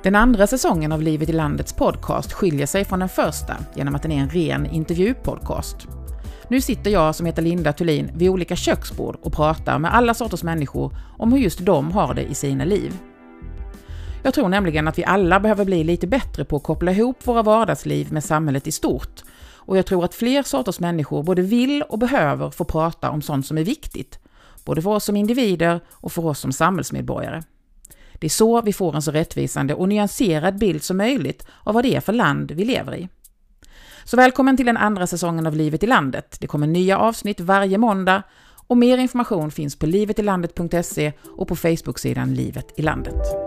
Den andra säsongen av Livet i landets podcast skiljer sig från den första genom att den är en ren intervjupodcast. Nu sitter jag som heter Linda Thulin vid olika köksbord och pratar med alla sorters människor om hur just de har det i sina liv. Jag tror nämligen att vi alla behöver bli lite bättre på att koppla ihop våra vardagsliv med samhället i stort. Och jag tror att fler sorters människor både vill och behöver få prata om sånt som är viktigt. Både för oss som individer och för oss som samhällsmedborgare. Det är så vi får en så rättvisande och nyanserad bild som möjligt av vad det är för land vi lever i. Så välkommen till den andra säsongen av Livet i landet. Det kommer nya avsnitt varje måndag och mer information finns på livetilandet.se och på Facebook-sidan Livet i landet.